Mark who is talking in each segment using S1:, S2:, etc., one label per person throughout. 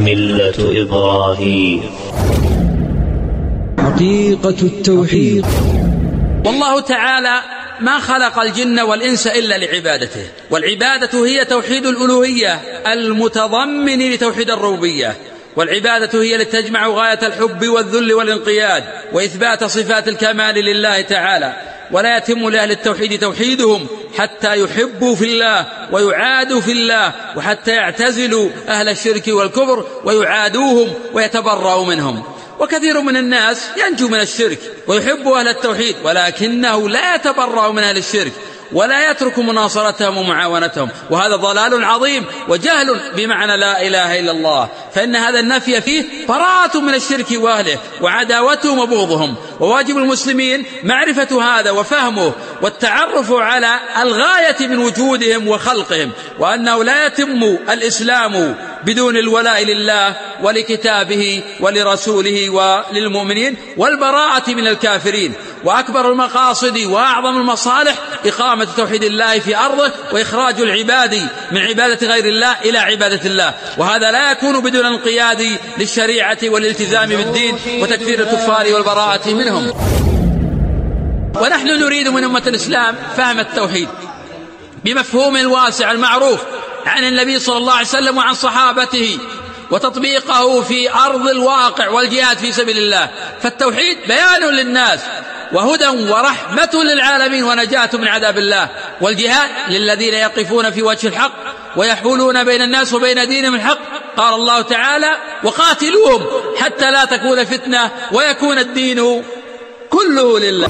S1: ملة إبراهيم.
S2: حقيقة التوحيد.
S3: والله تعالى ما خلق الجن والإنس إلا لعبادته، والعبادة هي توحيد الألوهية المتضمن لتوحيد الربوبية، والعبادة هي التي تجمع غاية الحب والذل والانقياد وإثبات صفات الكمال لله تعالى. ولا يتم لأهل التوحيد توحيدهم حتى يحبوا في الله ويعادوا في الله، وحتى يعتزلوا أهل الشرك والكفر ويعادوهم ويتبرأوا منهم. وكثير من الناس ينجو من الشرك ويحب أهل التوحيد، ولكنه لا يتبرأ من أهل الشرك ولا يترك مناصرتهم ومعاونتهم، وهذا ضلال عظيم وجهل بمعنى لا إله إلا الله، فإن هذا النفي فيه براءة من الشرك وأهله وعداوتهم وبغضهم. وواجب المسلمين معرفة هذا وفهمه والتعرف على الغاية من وجودهم وخلقهم، وأنه لا يتم الإسلام بدون الولاء لله ولكتابه ولرسوله وللمؤمنين والبراءة من الكافرين. وأكبر المقاصد وأعظم المصالح إقامة توحيد الله في أرضه وإخراج العباد من عبادة غير الله إلى عبادة الله، وهذا لا يكون بدون الانقياد للشريعة والالتزام بالدين وتكفير الكفار والبراءة منهم. ونحن نريد من أمة الإسلام فهم التوحيد بمفهوم الواسع المعروف عن النبي صلى الله عليه وسلم وعن صحابته، وتطبيقه في أرض الواقع والجهاد في سبيل الله. فالتوحيد بيان للناس وهدى ورحمة للعالمين ونجاة من عذاب الله، والجهاد للذين يقفون في وجه الحق ويحولون بين الناس وبين دينهم الحق. قال الله تعالى: وقاتلوهم حتى لا تكون فتنة ويكون الدين كله لله.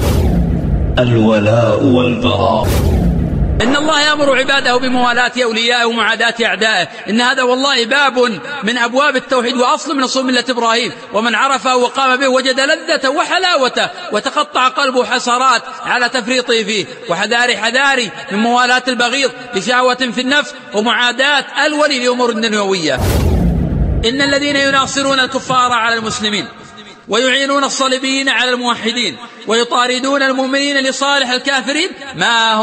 S1: الولاء والبراء.
S3: إن الله يأمر عباده بموالاة أوليائه ومعاداة أعدائه. إن هذا والله باب من أبواب التوحيد وأصل من أصول ملة إبراهيم، ومن عرفه وقام به وجد لذته وحلاوته وتقطع قلبه حسرات على تفريطه فيه. وحذاري من موالاة البغيض لشهوة في النفس ومعاداة الولي لأمور الدنيوية. إن الذين يناصرون الكفار على المسلمين ويعينون الصليبيين على الموحدين ويطاردون المؤمنين لصالح الكافرين ما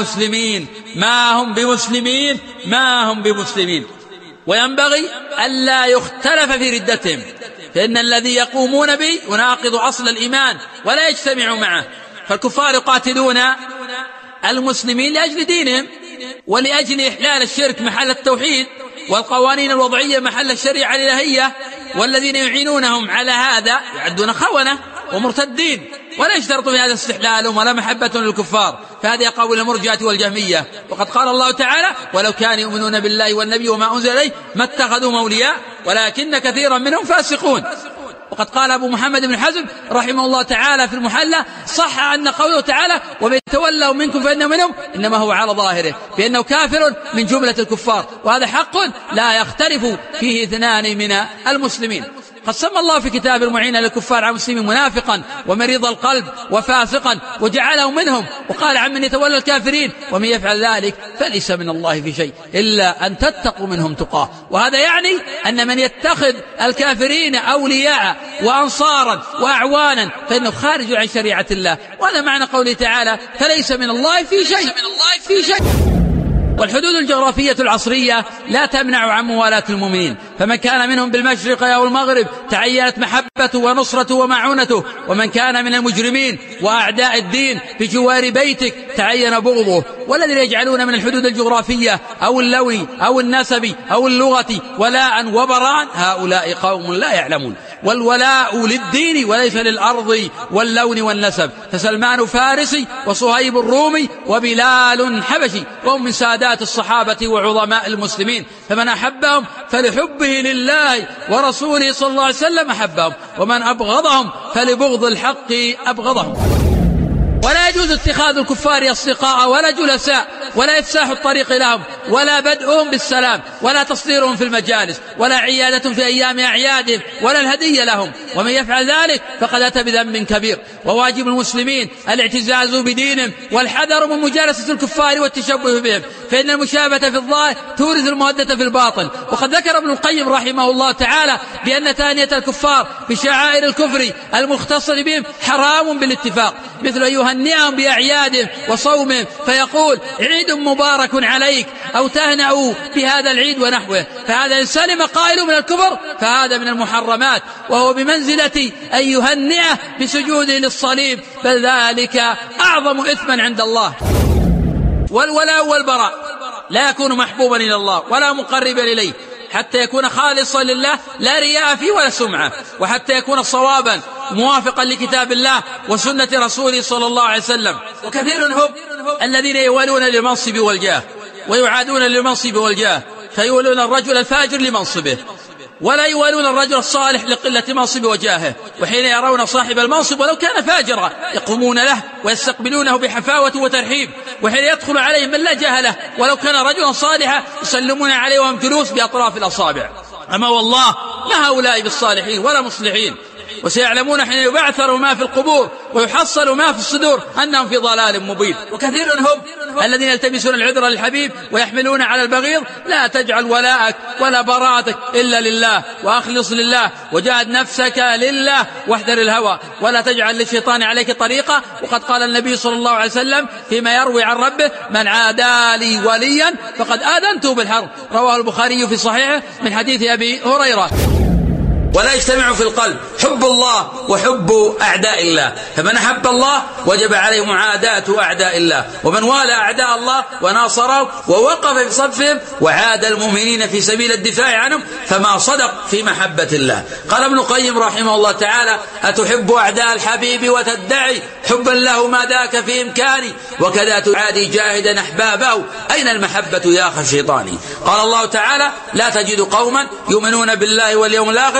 S3: هم بمسلمين. وينبغي ألا يختلف في ردتهم، فإن الذي يقومون به يناقض أصل الإيمان ولا يجتمع معه. فالكفار يقاتلون المسلمين لأجل دينهم ولأجل إحلال الشرك محل التوحيد والقوانين الوضعية محل الشريعة الإلهية، والذين يعينونهم على هذا يعدون خونة ومرتدين، ولا يشترط في هذا استحلالهم ولا محبة للكفار، فهذه قول المرجئة والجهمية. وقد قال الله تعالى: ولو كانوا يؤمنون بالله والنبي وما أنزل إليه ما اتخذوهم أولياء ولكن كثيرا منهم فاسقون. وقد قال أبو محمد بن حزم رحمه الله تعالى في المحلى: صح أن قوله تعالى: ومن يتولوا منكم فإنه منهم، إنما هو على ظاهره بأنه كافر من جملة الكفار، وهذا حق لا يختلف فيه اثنان من المسلمين. قد سمى الله في كتاب المعين للكفار على المسلمين منافقا ومريض القلب وفاسقا وجعله منهم، وقال عن من يتولى الكافرين: ومن يفعل ذلك فليس من الله في شيء إلا أن تتقوا منهم تقاه. وهذا يعني أن من يتخذ الكافرين أولياء وأنصارا وأعوانا فإنه خارج عن شريعة الله، وهذا معنى قوله تعالى: فليس من الله في شيء. والحدود الجغرافية العصرية لا تمنع عن موالاة المؤمنين، فمن كان منهم بالمشرق أو المغرب تعينت محبته ونصرته ومعونته، ومن كان من المجرمين وأعداء الدين بجوار بيتك تعين بغضه. والذين يجعلون من الحدود الجغرافية أو اللون أو النسب أو اللغة ولاء وبراء هؤلاء قوم لا يعلمون. والولاء للدين وليس للأرض واللون والنسب. فسلمان فارسي وصهيب الرومي وبلال حبشي، وهم من سادات الصحابة وعظماء المسلمين، فمن أحبهم فلحبه لله ورسوله صلى الله عليه وسلم أحبهم، ومن أبغضهم فلبغض الحق أبغضهم. ولا يجوز اتخاذ الكفار أصدقاء ولا جلساء، ولا إفساح الطريق لهم، ولا بدءهم بالسلام، ولا تصديرهم في المجالس، ولا عيادة في أيام أعيادهم، ولا الهدية لهم، ومن يفعل ذلك فقد أتى بذنب كبير. وواجب المسلمين الاعتزاز بدينهم والحذر من مجالسة الكفار والتشبه بهم، فإن المشابهة في الظاهر تورث المودة في الباطن. وقد ذكر ابن القيم رحمه الله تعالى بأن تهنئة الكفار بشعائر الكفر المختصة بهم حرام بالاتفاق، مثل أن يهنئهم بأعيادهم وصومهم فيقول عيد مبارك عليك أو تهنأوا بهذا العيد ونحوه، فهذا إن سلم قائل من الكفر فهذا من المحرمات، وهو بمنزلة أن يهنئه بسجوده للصليب، بل ذلك أعظم إثما عند الله. والولاء والبراء لا يكون محبوبا إلى الله ولا مقربا إليه حتى يكون خالصا لله لا رياء فيه ولا سمعة، وحتى يكون صوابا موافقا لكتاب الله وسنة رسوله صلى الله عليه وسلم. وكثير هم الذين يوالون للمنصب والجاه ويعادون للمنصب والجاه، فيولون الرجل الفاجر لمنصبه ولا يوالون الرجل الصالح لقلة منصب وجاهه، وحين يرون صاحب المنصب ولو كان فاجرا يقومون له ويستقبلونه بحفاوة وترحيب، وحين يدخل عليهم من لا جاه له ولو كان رجلا صالحا يسلمون عليه وهم جلوس بأطراف الأصابع. أما والله ما هؤلاء بالصالحين ولا مصلحين، وسيعلمون حين يبعثر ما في القبور ويحصل ما في الصدور أنهم في ضلال مبين. وكثير هم الذين يلتمسون العذر للحبيب ويحملون على البغيض. لا تجعل ولاءك ولا براءتك إلا لله، وأخلص لله، وجاهد نفسك لله، واحذر الهوى، ولا تجعل للشيطان عليك طريقة. وقد قال النبي صلى الله عليه وسلم فيما يروي عن ربه من عادى لي وليا فقد آذنته بالحرب، رواه البخاري في صحيحه من حديث أبي هريرة. ولا يجتمع في القلب حب الله وحب أعداء الله، فمن أحب الله وجب عليه معاداة أعداء الله، ومن والى أعداء الله وناصرهم ووقف في صفهم وعاد المؤمنين في سبيل الدفاع عنهم فما صدق في محبة الله. قال ابن القيم رحمه الله تعالى أتحب أعداء الحبيب وتدعي حبا له ما ذاك في إمكاني، وكذا تعادي جاهدا أحبابه أين المحبة يا أخي الشيطاني. قال الله تعالى لا تجد قوما يؤمنون بالله واليوم الآخر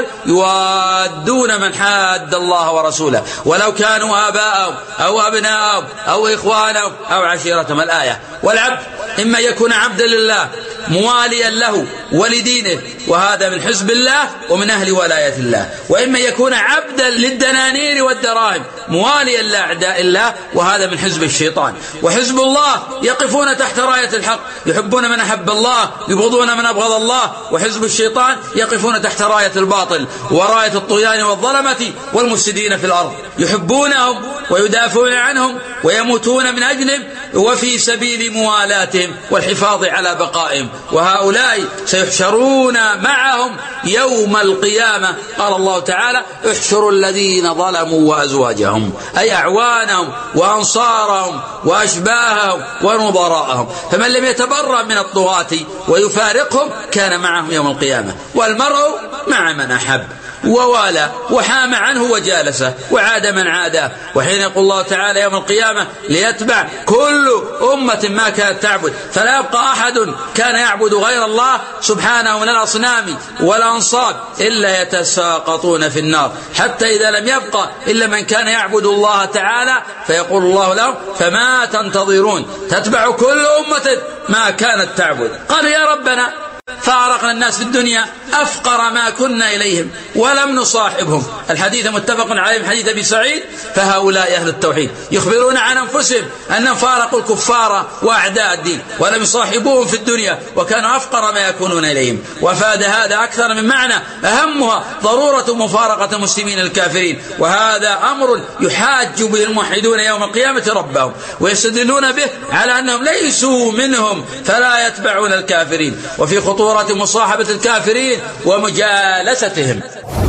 S3: يوادون من حاد الله ورسوله ولو كانوا آباءهم أو أبناءهم أو إخوانهم أو عشيرتهم. الآية. والعبد إما يكون عبدا لله مواليا له ولدينه وهذا من حزب الله ومن أهل ولاية الله، وإما يكون عبدا للدنانير والدراهم مواليا لأعداء الله وهذا من حزب الشيطان. وحزب الله يقفون تحت راية الحق يحبون من أحب الله يبغضون من أبغض الله، وحزب الشيطان يقفون تحت راية الباطل وراية الطغيان والظلمة والمفسدين في الأرض يحبونهم ويدافعون عنهم ويموتون من أجلهم وفي سبيل موالاتهم والحفاظ على بقائهم، وهؤلاء سيحشرون معهم يوم القيامة. قال الله تعالى احشروا الذين ظلموا وأزواجهم أي أعوانهم وأنصارهم وأشباههم ونظراءهم، فمن لم يتبرأ من الطغاة ويفارقهم كان معهم يوم القيامة. والمرء مع من أحب ووالى وحام عنه وجالسه وعاد من عاده. وحين يقول الله تعالى يوم القيامة ليتبع كل أمة ما كانت تعبد فلا يبقى أحد كان يعبد غير الله سبحانه من الأصنام والأنصاب إلا يتساقطون في النار، حتى إذا لم يبقى إلا من كان يعبد الله تعالى فيقول الله لهم فما تنتظرون تتبع كل أمة ما كانت تعبد. قالوا يا ربنا فارقنا الناس في الدنيا أفقر ما كنا إليهم ولم نصاحبهم. الحديث متفق عليه من حديث أبي سعيد. فهؤلاء أهل التوحيد يخبرون عن أنفسهم أنهم فارقوا الكفار وأعداء الدين ولم يصاحبوهم في الدنيا وكانوا أفقر ما يكونون إليهم. وفاد هذا أكثر من معنى أهمها ضرورة مفارقة المسلمين الكافرين، وهذا أمر يحاج به الموحدون يوم القيامة ربهم ويستدلون به على أنهم ليسوا منهم فلا يتبعون الكافرين، وفي خطورة مصاحبة الكافرين ومجالستهم.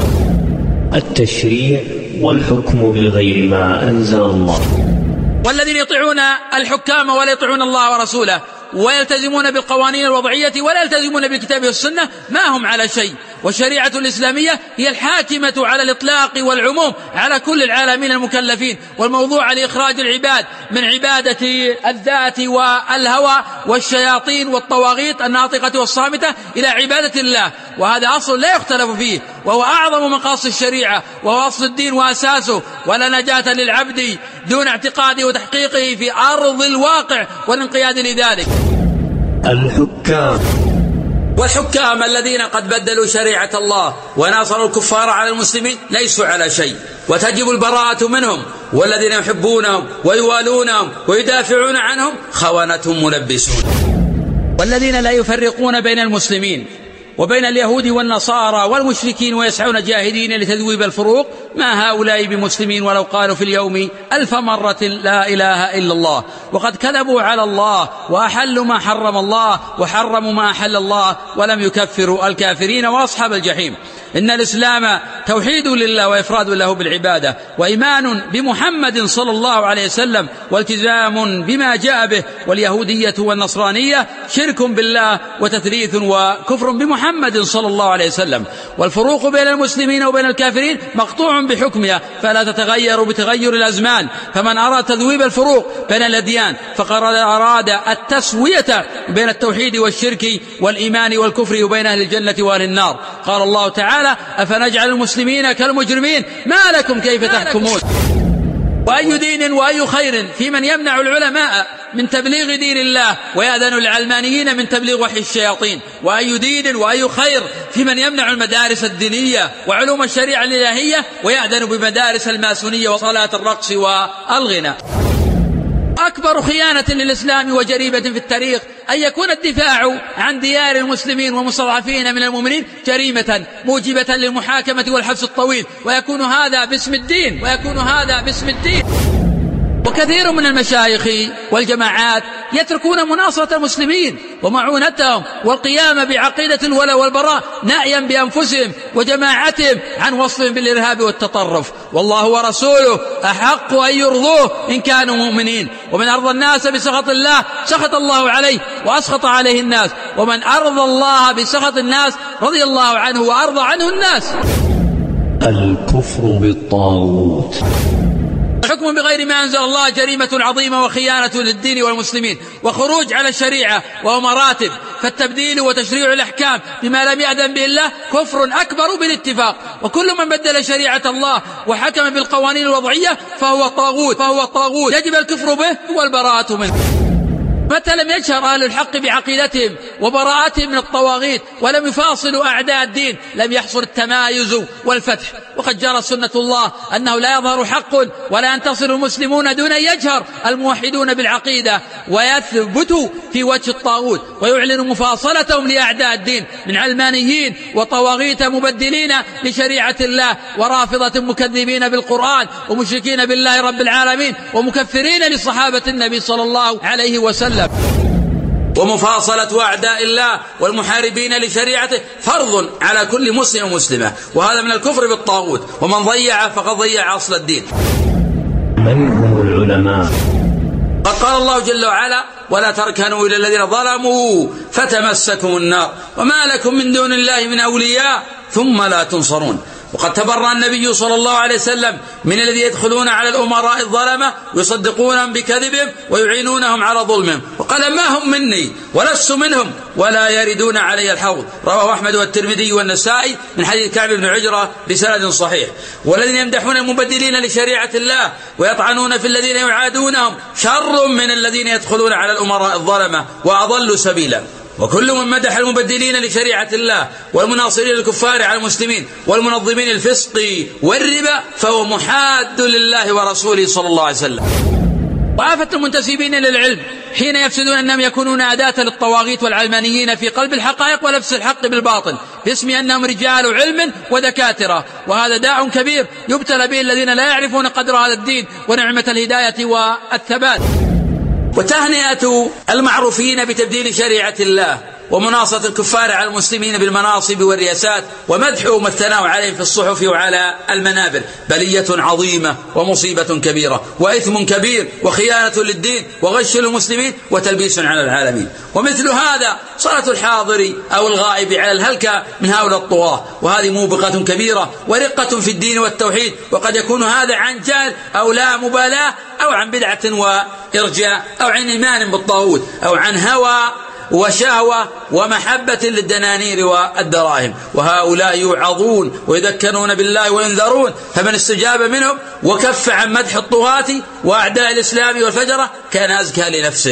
S1: التشريع والحكم بغير ما أنزل الله.
S3: والذين يطيعون الحكام ولا يطيعون الله ورسوله ويلتزمون بالقوانين الوضعية ولا يلتزمون بالكتاب والسنة ما هم على شيء. والشريعة الإسلامية هي الحاكمة على الإطلاق والعموم على كل العالمين المكلفين، والموضوع لإخراج العباد من عبادة الذات والهوى والشياطين والطواغيت الناطقة والصامتة إلى عبادة الله، وهذا أصل لا يختلف فيه وهو أعظم مقاصد الشريعة وهو أصل الدين وأساسه، ولا نجاة للعبد دون اعتقاده وتحقيقه في أرض الواقع والانقياد لذلك.
S1: الحكام
S3: والحكام الذين قد بدلوا شريعة الله وناصروا الكفار على المسلمين ليسوا على شيء، وتجب البراءة منهم، والذين يحبونهم ويوالونهم ويدافعون عنهم خونتهم ملبسون. والذين لا يفرقون بين المسلمين وبين اليهود والنصارى والمشركين ويسعون جاهدين لتذويب الفروق، ما هؤلاء بمسلمين ولو قالوا في اليوم 1000 مرة لا إله إلا الله. وقد كذبوا على الله وأحلوا ما حرم الله وحرموا ما أحل الله ولم يكفروا الكافرين وأصحاب الجحيم. إن الإسلام توحيد لله وإفراد له بالعبادة، وإيمان بمحمد صلى الله عليه وسلم والتزام بما جاء به. واليهودية والنصرانية شرك بالله وتثليث وكفر بمحمد صلى الله عليه وسلم. والفروق بين المسلمين وبين الكافرين مقطوع بحكمها فلا تتغير بتغير الأزمان. فمن أراد تذويب الفروق بين الأديان فقد أراد التسوية بين التوحيد والشرك والإيمان والكفر وبين أهل الجنة وأهل النار. قال الله تعالى: أفنجعل المسلمين كالمجرمين ما لكم كيف تحكمون. وأي دين وأي خير في من يمنع العلماء من تبليغ دين الله ويأذن العلمانيين من تبليغ وحي الشياطين. وأي دين وأي خير في من يمنع المدارس الدينية وعلوم الشريعة الإلهية ويأذن بمدارس الماسونية وصلاة الرقص والغناء. أكبر خيانة للإسلام وجريمة في التاريخ أن يكون الدفاع عن ديار المسلمين ومستضعفين من المؤمنين جريمة موجبة للمحاكمة والحبس الطويل، ويكون هذا باسم الدين. وكثير من المشايخ والجماعات يتركون مناصرة المسلمين ومعونتهم والقيام بعقيدة الولاء والبراء نائيا بأنفسهم وجماعتهم عن وصفهم بالإرهاب والتطرف. والله ورسوله أحق أن يرضوه إن كانوا مؤمنين. ومن أرضى الناس بسخط الله سخط الله عليه وأسخط عليه الناس، ومن أرضى الله بسخط الناس رضي الله عنه وأرضى عنه الناس.
S1: الكفر بالطاغوت.
S3: حكم بغير ما أنزل الله جريمة عظيمة وخيانة للدين والمسلمين وخروج على الشريعة وهو مراتب. فالتبديل وتشريع الأحكام بما لم يأذن به الله كفر أكبر بالاتفاق. وكل من بدل شريعة الله وحكم بالقوانين الوضعية فهو طاغوت يجب الكفر به والبراءة منه. متى لم يجهر أهل الحق بعقيدتهم وبراءتهم من الطواغيت ولم يفاصلوا أعداء الدين لم يحصل التمايز والفتح. وقد جرى سنة الله أنه لا يظهر حق ولا ينتصر المسلمون دون أن يجهر الموحدون بالعقيدة ويثبتوا في وجه الطاغوت ويعلنوا مفاصلتهم لأعداء الدين من علمانيين وطواغيت مبدلين لشريعة الله ورافضة مكذبين بالقرآن ومشركين بالله رب العالمين ومكفرين لصحابة النبي صلى الله عليه وسلم. ومفاصلة أعداء الله والمحاربين لشريعته فرض على كل مسلم ومسلمة، وهذا من الكفر بالطاغوت، ومن ضيع فقد ضيع أصل الدين.
S1: من هم العلماء؟
S3: قد قال الله جل وعلا: ولا تركنوا إلى الذين ظلموا فتمسكم النار وما لكم من دون الله من أولياء ثم لا تنصرون. وقد تبرأ النبي صلى الله عليه وسلم من الذي يدخلون على الأمراء الظلمة ويصدقونهم بكذبهم ويعينونهم على ظلمهم، وقال: ما هم مني ولست منهم ولا يردون علي الحوض. رواه أحمد والترمذي والنسائي من حديث كعب بن عجرة بسند صحيح. والذين يمدحون المبدلين لشريعة الله ويطعنون في الذين يعادونهم شر من الذين يدخلون على الأمراء الظلمة وأضلوا سبيلا. وكل من مدح المبدلين لشريعة الله والمناصرين للكفار على المسلمين والمنظمين الفسق والربا فهو محاد لله ورسوله صلى الله عليه وسلم. وآفة المنتسبين للعلم حين يفسدون أنهم يكونون أداة للطواغيت والعلمانيين في قلب الحقائق ولبس الحق بالباطل باسم أنهم رجال علم ودكاترة، وهذا داع كبير يبتلى به الذين لا يعرفون قدر هذا الدين ونعمة الهداية والثبات. وتهنئة المعروفين بتبديل شريعة الله ومناصرة الكفار على المسلمين بالمناصب والرياسات ومدحهم والثناء عليهم في الصحف وعلى المنابر بلية عظيمة ومصيبة كبيرة وإثم كبير وخيانة للدين وغش للمسلمين وتلبيس على العالمين. ومثل هذا صلاة الحاضر أو الغائب على الهلكة من هؤلاء الطغاة، وهذه موبقة كبيرة ورقة في الدين والتوحيد. وقد يكون هذا عن جهل أو لا مبالاة أو عن بدعة وإرجاء أو عن إيمان بالطاغوت أو عن هوى وشهوة ومحبة للدنانير والدراهم. وهؤلاء يوعظون ويذكرون بالله وينذرون، فمن استجاب منهم وكف عن مدح الطغاة وأعداء الإسلام والفجرة كان أزكى لنفسه.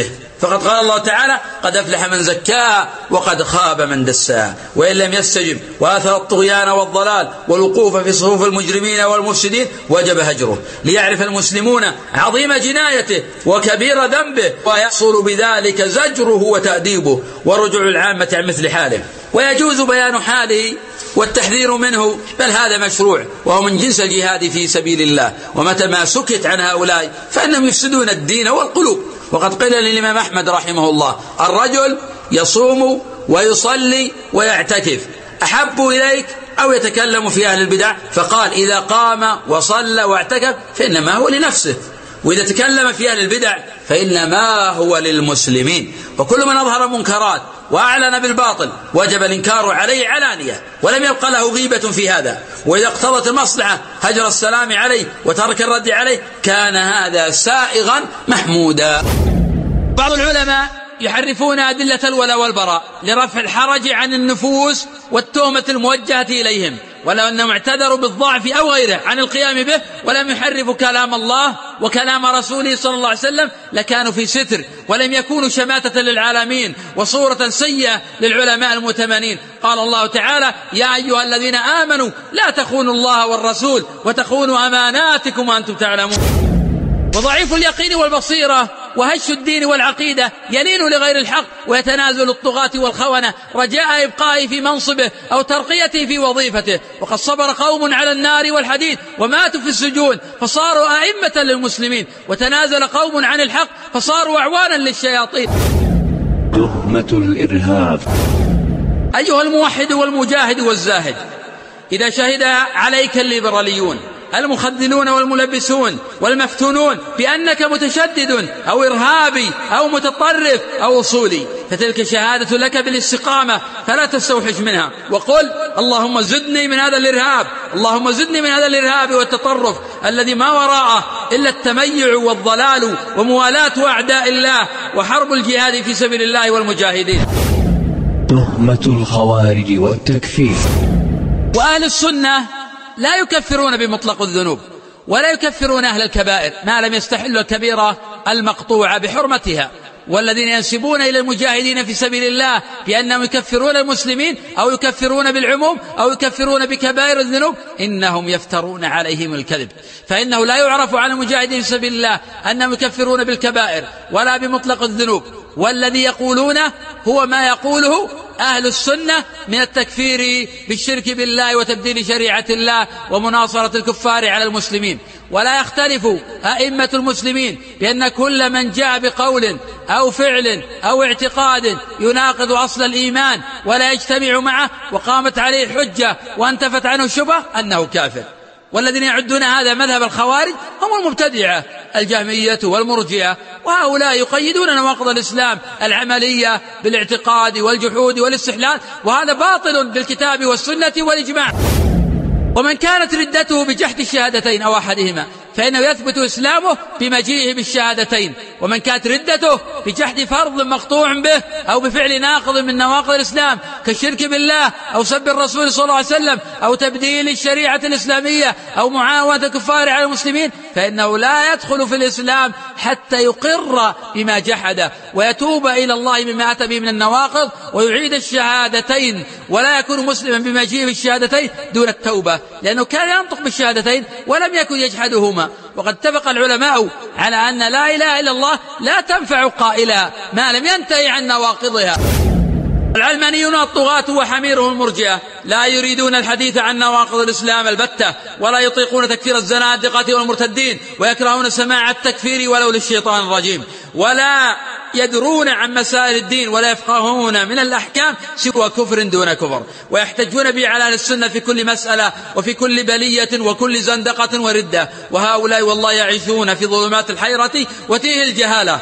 S3: فقد قال الله تعالى قد أفلح من زكاها وقد خاب من دساها. وإن لم يستجب وآثر الطغيان والضلال والوقوف في صفوف المجرمين والمفسدين وجب هجره، ليعرف المسلمون عظيم جنايته وكبير ذنبه، ويحصل بذلك زجره وتأديبه ورجوع العامة عن مثل حاله، ويجوز بيان حاله والتحذير منه، بل هذا مشروع وهو من جنس الجهاد في سبيل الله. ومتى ما سكت عن هؤلاء فإنهم يفسدون الدين والقلوب. وقد قيل للإمام أحمد رحمه الله الرجل يصوم ويصلي ويعتكف أحب إليك أو يتكلم في أهل البدع؟ فقال إذا قام وصلى واعتكف فإنما هو لنفسه، وإذا تكلم في أهل البدع فإنما هو للمسلمين. وكل من أظهر منكرات وأعلن بالباطل وجب الإنكار عليه علانية، ولم يبقى له غيبة في هذا. وإذا اقتضت المصلحة هجر السلام عليه وترك الرد عليه كان هذا سائغا محمودا. بعض العلماء يحرفون أدلة الولاء والبراء لرفع الحرج عن النفوس والتهمة الموجهة إليهم، ولو أنهم اعتذروا بالضعف أو غيره عن القيام به ولم يحرفوا كلام الله وكلام رسوله صلى الله عليه وسلم لكانوا في ستر، ولم يكونوا شماتة للعالمين وصورة سيئة للعلماء المؤتمنين. قال الله تعالى يا أيها الذين آمنوا لا تخونوا الله والرسول وتخونوا أماناتكم وأنتم تعلمون. وضعيف اليقين والبصيرة وهش الدين والعقيدة يلين لغير الحق ويتنازل الطغاة والخونة رجاء إبقائه في منصبه أو ترقيته في وظيفته. وقد صبر قوم على النار والحديد وماتوا في السجون فصاروا أئمة للمسلمين، وتنازل قوم عن الحق فصاروا أعوانا للشياطين.
S1: تهمة الإرهاب.
S3: أيها الموحد والمجاهد والزاهد، إذا شهد عليك الليبراليون المخذلون والملبسون والمفتونون بأنك متشدد أو إرهابي أو متطرف أو أصولي فتلك شهادة لك بالاستقامة، فلا تستوحش منها، وقل اللهم زدني من هذا الإرهاب، اللهم زدني من هذا الإرهاب والتطرف الذي ما وراءه إلا التميع والضلال وموالاة أعداء الله وحرب الجهاد في سبيل الله والمجاهدين.
S1: تهمة الخوارج والتكفير.
S3: وأهل السنة لا يكفرون بمطلق الذنوب ولا يكفرون أهل الكبائر ما لم يستحلوا الكبيرة المقطوعة بحرمتها. والذين ينسبون إلى المجاهدين في سبيل الله بأنهم يكفرون المسلمين أو يكفرون بالعموم أو يكفرون بكبائر الذنوب إنهم يفترون عليهم الكذب، فإنه لا يعرف عن المجاهدين في سبيل الله أنهم يكفرون بالكبائر ولا بمطلق الذنوب، والذي يقولونه هو ما يقوله أهل السنة من التكفير بالشرك بالله وتبديل شريعة الله ومناصرة الكفار على المسلمين. ولا يختلف أئمة المسلمين بأن كل من جاء بقول أو فعل أو اعتقاد يناقض أصل الإيمان ولا يجتمع معه وقامت عليه الحجة وانتفت عنه الشبهة أنه كافر. والذين يعدون هذا مذهب الخوارج هم المبتدعة الجهمية والمرجئة، وهؤلاء يقيدون نواقض الإسلام العملية بالاعتقاد والجحود والاستحلال، وهذا باطل بالكتاب والسنة والإجماع. ومن كانت ردته بجحد الشهادتين أو أحدهما فإنه يثبت إسلامه بمجيئه بالشهادتين، ومن كانت ردته بجحد فرض مقطوع به أو بفعل ناقض من نواقض الإسلام كالشرك بالله أو سب الرسول صلى الله عليه وسلم أو تبديل الشريعة الإسلامية أو معاونة الكفار على المسلمين فإنه لا يدخل في الإسلام حتى يقر بما جحد ويتوب إلى الله مما أتى به من النواقض ويعيد الشهادتين، ولا يكون مسلما بمجيء بالشهادتين دون التوبة، لأنه كان ينطق بالشهادتين ولم يكن يجحدهما. وقد اتفق العلماء على أن لا إله إلا الله لا تنفع قائلها ما لم ينتهي عن نواقضها. العلمانيون الطغاة وحميرهم المرجئة لا يريدون الحديث عن نواقض الإسلام البتة، ولا يطيقون تكفير الزنادقة والمرتدين، ويكرهون سماع التكفير ولو للشيطان الرجيم، ولا يدرون عن مسائل الدين ولا يفقهون من الأحكام سوى كفر دون كفر، ويحتجون به على أهل السنة في كل مسألة وفي كل بلية وكل زندقة وردة. وهؤلاء والله يعيشون في ظلمات الحيرة وتيه الجهالة.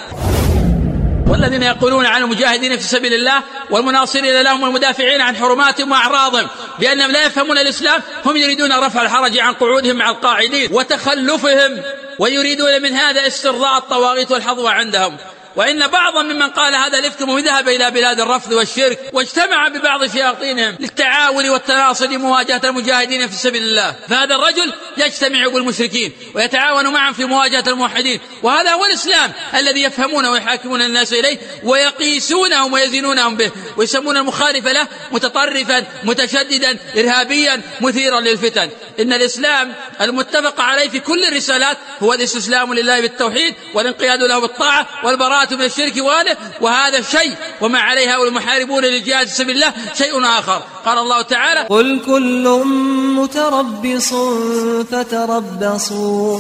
S3: والذين يقولون عن المجاهدين في سبيل الله والمناصرين لهم والمدافعين عن حرماتهم وأعراضهم بأنهم لا يفهمون الإسلام هم يريدون رفع الحرج عن قعودهم مع القاعدين وتخلفهم، ويريدون من هذا استرضاء الطواغيت والحظوة عندهم. وإن بعضا ممن قال هذا الإفك ذهب إلى بلاد الرفض والشرك واجتمع ببعض شياطينهم للتعاون والتناصر لمواجهة المجاهدين في سبيل الله، فهذا الرجل يجتمع بالمشركين ويتعاون معهم في مواجهة الموحدين. وهذا هو الإسلام الذي يفهمونه ويحاكمون الناس إليه ويقيسونهم ويزنونهم به، ويسمون المخالف له متطرفا متشددا إرهابيا مثيرا للفتن. إن الإسلام المتفق عليه في كل الرسالات هو الاستسلام لله بالتوحيد والانقياد له بالطاعة والبراءة من الشرك وآله، وهذا شيء، وما عليها والمحاربون للجهاد في سبيل الله شيء آخر. قال الله تعالى:
S4: قل كل متربص فتربصوا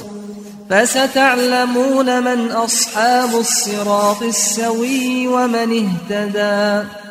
S4: فستعلمون من أصحاب الصراط السوي ومن اهتدى.